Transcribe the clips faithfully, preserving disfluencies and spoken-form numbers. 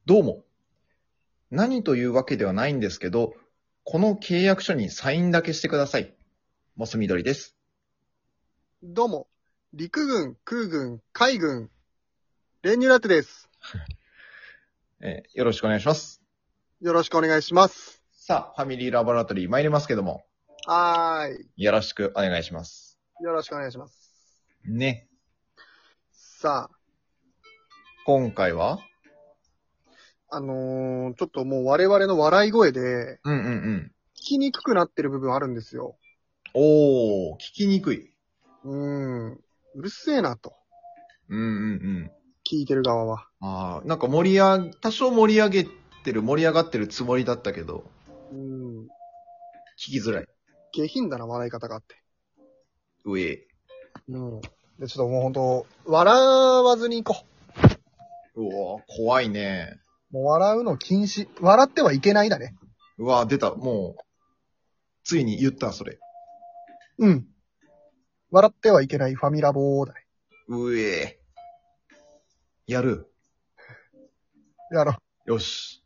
どうも。何というわけではないんですけど、この契約書にサインだけしてください。モス緑です。 どうも、陸軍、空軍、海軍、練乳ラテです。 えーよろしくお願いします。 よろしくお願いします。 さあ、ファミリーラボラトリー参りますけども、 はーよろしくお願いします。 い。よろしくお願いします。 ね。 さ今回はあ、あのー、ちょっともう我々の笑い声で、 うんうんうん。 聞きにくくなってる部分あるんですよ。 おー、聞きにくい。 うーん。うるせえなと。 うんうんうん。 聞いてる側は。 あー、なんか盛り上げ、多少盛り上げてる、盛り上がってるつもりだったけど、 うーん。 聞きづらい。 下品だな、笑い方があって。 上。 うん。で、ちょっともうほんと、笑わずに行こうわー、怖いね。 う。もう笑うの禁止。笑ってはいけないだね。 うわー、出た。もう、ついに言った、それ。 うん。笑ってはいけないファミラボーだね。 うえー。やる。 やろう。 よし。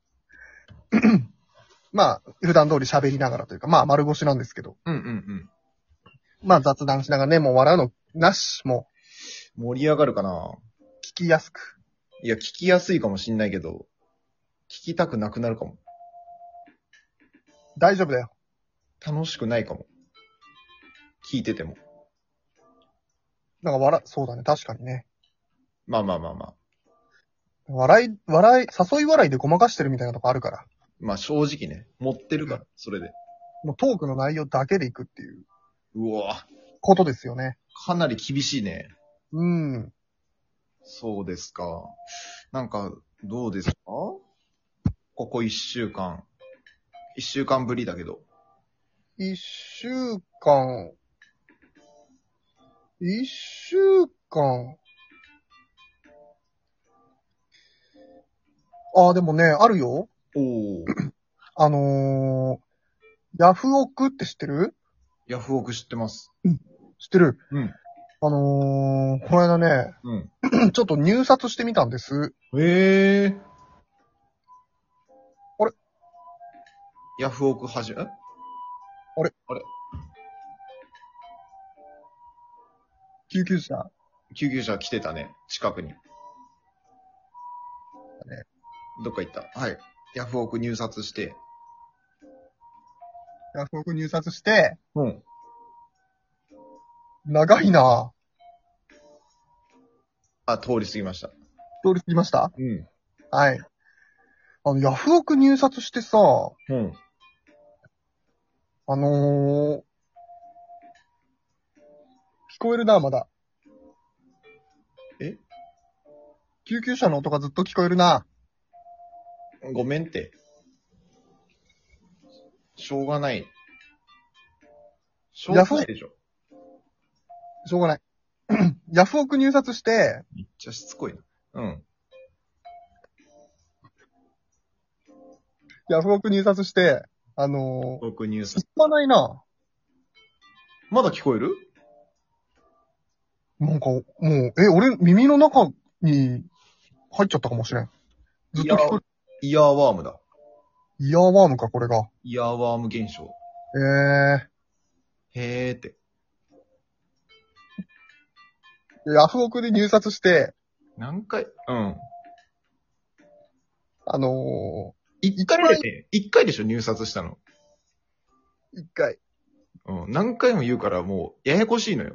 まあ、普段通り喋りながらというか、まあ、丸腰なんですけど。 うんうんうん。 まあ、雑談しながらね、もう笑うのなし、も盛り上がるかな？ う、聞きやすく。 いや、聞きやすいかもしんないけど、聞きたくなくなるかも。 大丈夫だよ。 楽しくないかも。聞いてても。 なんか笑、そうだね、確かにね。 まあまあまあまあ。 笑い、笑い、誘い笑いでごまかしてるみたいなとこあるから。 まあ正直ね、持ってるから、それで。 もうトークの内容だけでいくっていううわことですよね。 かなり厳しいね。 うん。 そうですか。なんか、どうですか？ここ一週間。一週間ぶりだけど。 一週間、一週間。ああ、でもね、あるよ。 おー。 あのー、ヤフオクって知ってる？ ヤフオク知ってます。 知ってる。 うん。 あのー、この間ね、 うん。 ちょっと入札してみたんです。 へえ。 あれヤフオクはじめ、えあれあれ救急車。 救急車来てたね。近くに。 ねどっか行った。はい。ヤフオク入札して。 ヤフオク入札して、 うん。 長いなあ、通り過ぎました。 ぁ。通り過ぎました？ うん。 はい。あの、ヤフオク入札してさ、 うん。 あのー、聞こえるな、まだ。 え救急車の音がずっと聞こえるな。 ごめんって。しょうがない。しょうがないでしょ。 しょうがない。ヤフオク入札して、 めっちゃしつこいな。うん。 ヤフオク入札して、あのー、 僕入札。 聞かないな。 まだ聞こえる？ なんか、もう、え、俺、耳の中に入っちゃったかもしれん。ずっと聞こえる。 イヤーワームだ。 イヤーワームか、これが。 イヤーワーム現象。 えへーって。 ー。ヤフオクで入札して、 何回うん。 あの一回でね、一回でしょ入札したの。 ー、一回。 うん。何回も言うからもう、ややこしいのよ。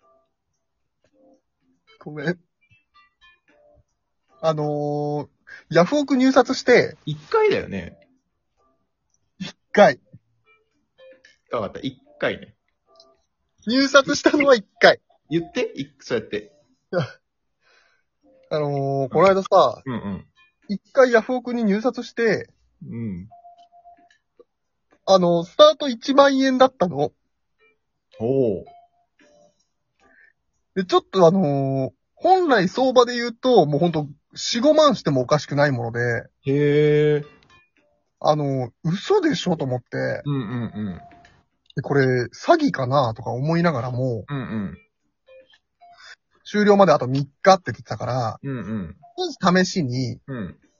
ごめん。あのー、ヤフオク入札して、 一回だよね。 一回。 わかった。一回ね。 入札したのは一回。 言っていそうやって。 あのー、この間さ、 うんうん。 一回ヤフオクに入札して、 うん。 あのー、スタートいちまん円だったの。 おー。 で、ちょっとあのー、本来相場で言うと、もうほんと、よん、ごまんしてもおかしくないもので、 へー。 あのー、嘘でしょと思って、 うんうんうん。 でこれ、詐欺かなとか思いながらも、 うんうん。 終了まであとみっかって言ってたから、 うんうん。 試しに、 うん。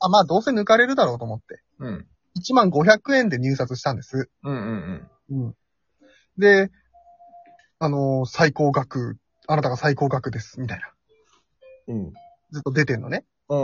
あ、まあどうせ抜かれるだろうと思って。 うん。 いちまんごひゃくえんで入札したんです。 うんうんうん。で、あのー最高額、あなたが最高額です、みたいな。 うん。 ずっと出てんのね。 うん。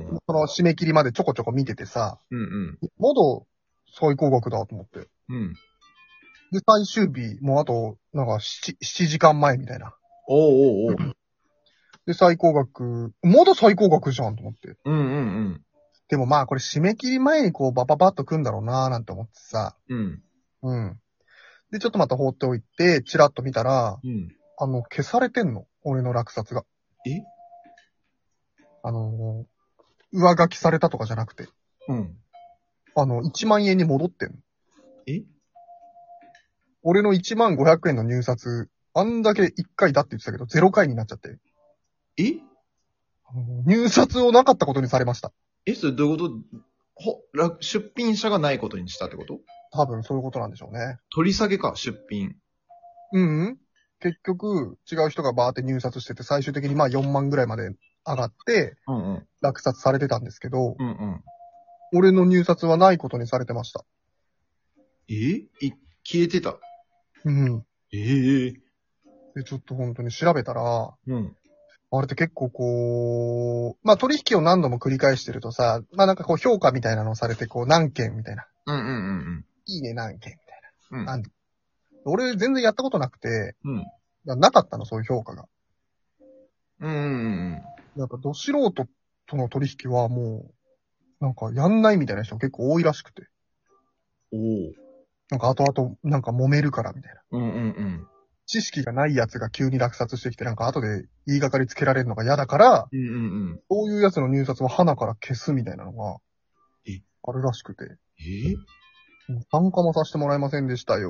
うん。 その締め切りまでちょこちょこ見ててさ、 うんうん。 まだ最高額だと思って。 うん。 で、最終日、もうあと、なんかなな、しちじかんまえみたいな。 おうおうおう。 で、最高額、まだ最高額じゃんと思って。 うんうんでもまあこれ締め切り前にこうバババッと来んだろうなーなんて思ってさ。 うん。 うん。で、ちょっとまた放っておいて、チラッと見たら、 うん。うん。 あの、消されてんの。俺の落札が。 えあのー、上書きされたとかじゃなくて、 うん。 あの、いちまんえんに戻ってんの。 え俺のいちまんごひゃくえんの入札、あんだけいっかいだって言ってたけど、ゼロかいになっちゃって。 えあの入札をなかったことにされました。 え、それどういうことほ、ら出品者がないことにしたってこと？ 多分そういうことなんでしょうね。 取り下げか、出品。 うんうん。結局、違う人がバーって入札してて、最終的にまあよんまんぐらいまで上がって、 うんうん。 落札されてたんですけど、 うんうん。 俺の入札はないことにされてました。 えい、消えてた。 うん。 ええで、ちょっと本当に調べたら、 うん。 あれって結構こう、まあ取引を何度も繰り返してるとさ、まあなんかこう評価みたいなのをされて、こう何件みたいな。 うんうんうんいいね何件みたいうん。うんな。なんで俺全然やったことなくて、 うん。 ななかったの、そういう評価が。 うんうんうんなんか、ど素人との取引はもう、なんか、やんないみたいな人結構多いらしくて。 うん。おお。 なんか、後々、なんか揉めるからみたいな。 うんうんうん。 知識がないやつが急に落札してきて、なんか後で言いがかりつけられるのが嫌だから、 うんうんうん。 そういうやつの入札は花から消すみたいなのが、 えあるらしくて。 え参加もさせてもらえませんでしたよ。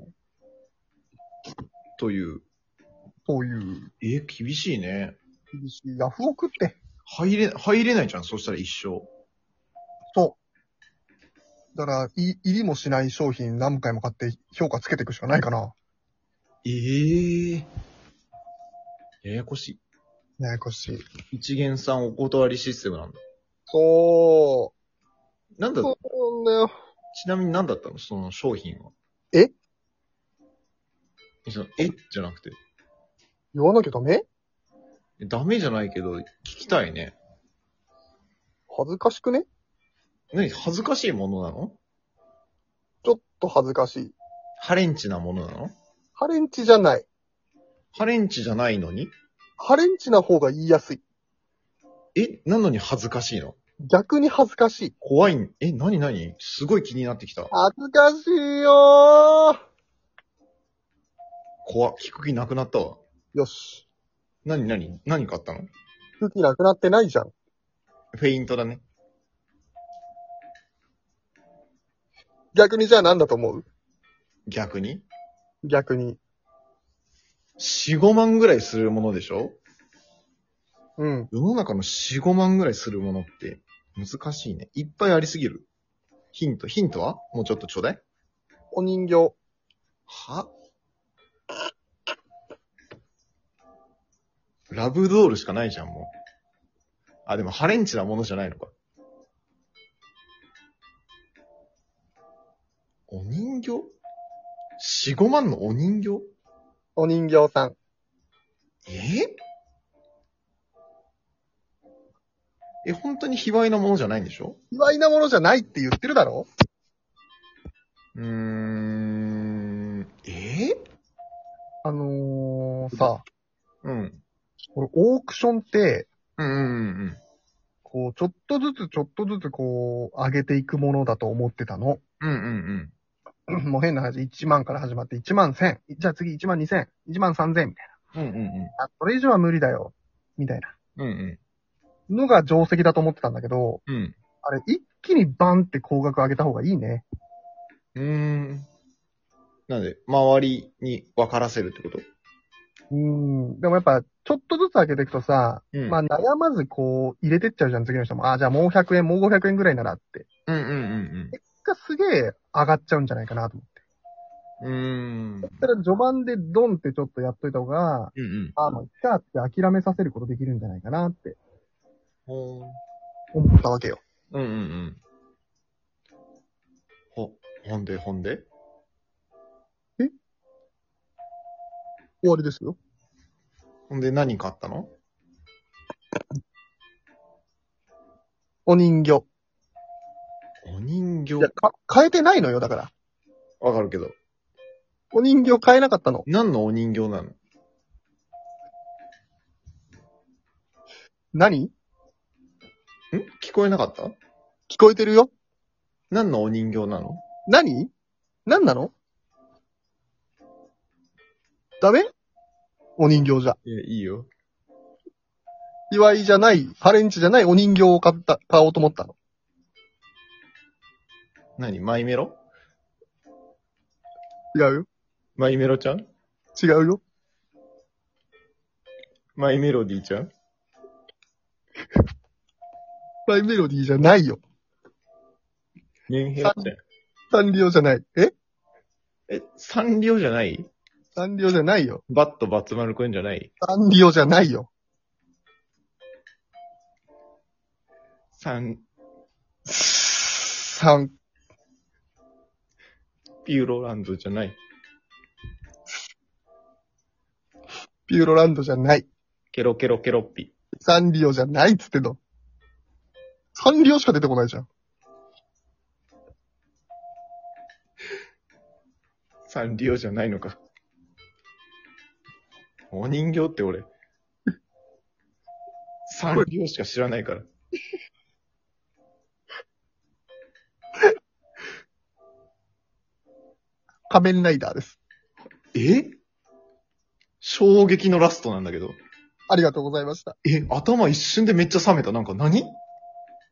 という。 そういう、 え厳しいね。 厳しいヤフオクって。 入れ、入れないじゃん、そしたら一生。 そう。だから、い、入りもしない商品何回も買って評価つけていくしかないかな。 ええややこしややこしい。 い。一元さんお断りシステムなんだ。 そう。 なんだ、 そうなんだよ。 ちなみに何だったのその商品は。 えそのえじゃなくて。 言わなきゃダメ？ ダメじゃないけど、聞きたいね。 恥ずかしくね？ 何恥ずかしいものなの？ ちょっと恥ずかしい。 ハレンチなものなの？ ハレンチじゃない。 ハレンチじゃないのにハレンチな方が言いやすい。 えなのに恥ずかしいの？ 逆に恥ずかしい。 怖いん、え、なになにすごい気になってきた。 恥ずかしいよー。 怖っ、聞く気なくなったわ。 よし。 なになに何買ったの？ 空気なくなってないじゃん。 フェイントだね。 逆にじゃあ何だと思う？ 逆に逆に。 よん、ごまんぐらいするものでしょ？ うん。 世の中のよん、ごまんぐらいするものって難しいね。いっぱいありすぎる。ヒント、ヒントはもうちょっとちょうだい。 お人形。 はラブドールしかないじゃん、もう。あ、でもハレンチなものじゃないのか。お人形 ?よん、ごまんのお人形お人形さん。 ええ、本当に卑猥なものじゃないんでしょ？ 卑猥なものじゃないって言ってるだろ？ うーん、えあのー、さ、 うん。 これオークションって、 うんうんうんこう、ちょっとずつちょっとずつこう、上げていくものだと思ってたの。 うん。うんうんもう変な話、いちまんから始まっていちまんせん。じゃあ次いちまんにせん。いちまんさんぜんみたいうん。うんうんな。あ、それ以上は無理だよ。みたいな。 うん。うんのが定石だと思ってたんだけど、 うん。うん。 あれ、一気にバンって高額上げた方がいいね。 うーん。なんで、周りに分からせるってこと？ うーん。でもやっぱ、ちょっとずつ上げていくとさ、 うんまあ悩まずこう、入れてっちゃうじゃん、次の人も。あ、じゃあもうひゃくえん、もうごひゃくえんぐらいならって。 うんうんがすげえ上がっちゃうんじゃないかなと思って。 うんうん。うーん。 だから序盤でドンってちょっとやっといた方が、 うんうん。 あ、もういっかって諦めさせることできるんじゃないかなってほー思ったわけよ。 うんうんうん。ほ、ほんで、ほんで終わりですよ。 ほんで何買ったの？ お人形。 お人いや、 形。 か、変えてないのよ、だから。 わかるけど。 お人形変えなかったの。 何のお人形なの？ん何？ 聞こえなかった？ 聞こえてるよ。 何のお人形なの？ 何？何なの？ダメ？お人形じゃ。 いや、いいよ。 祝いじゃない、ハレンチじゃないお人形を買った、買おうと思ったの。 何マイメロ？ 違うよ。 マイメロちゃん？ 違うよ。 マイメロディーちゃん？ マイメロディーじゃないよ。 メンヘラちゃん。 サンリオじゃない。え？ え、サンリオじゃない？ サンリオじゃないよ。 バットバツ丸くんじゃない？ サンリオじゃないよ。 サン、 サン、 ピューロランドじゃない？ ピューロランドじゃない。 ケロケロケロッピ。 サンリオじゃないっつってんの。サンリオしか出てこないじゃん。 サンリオじゃないのか。お人形って俺、サンリオしか知らないから。 仮面ライダーです。 え？衝撃のラストなんだけど。 ありがとうございました。 え、頭一瞬でめっちゃ冷めた。なんか何？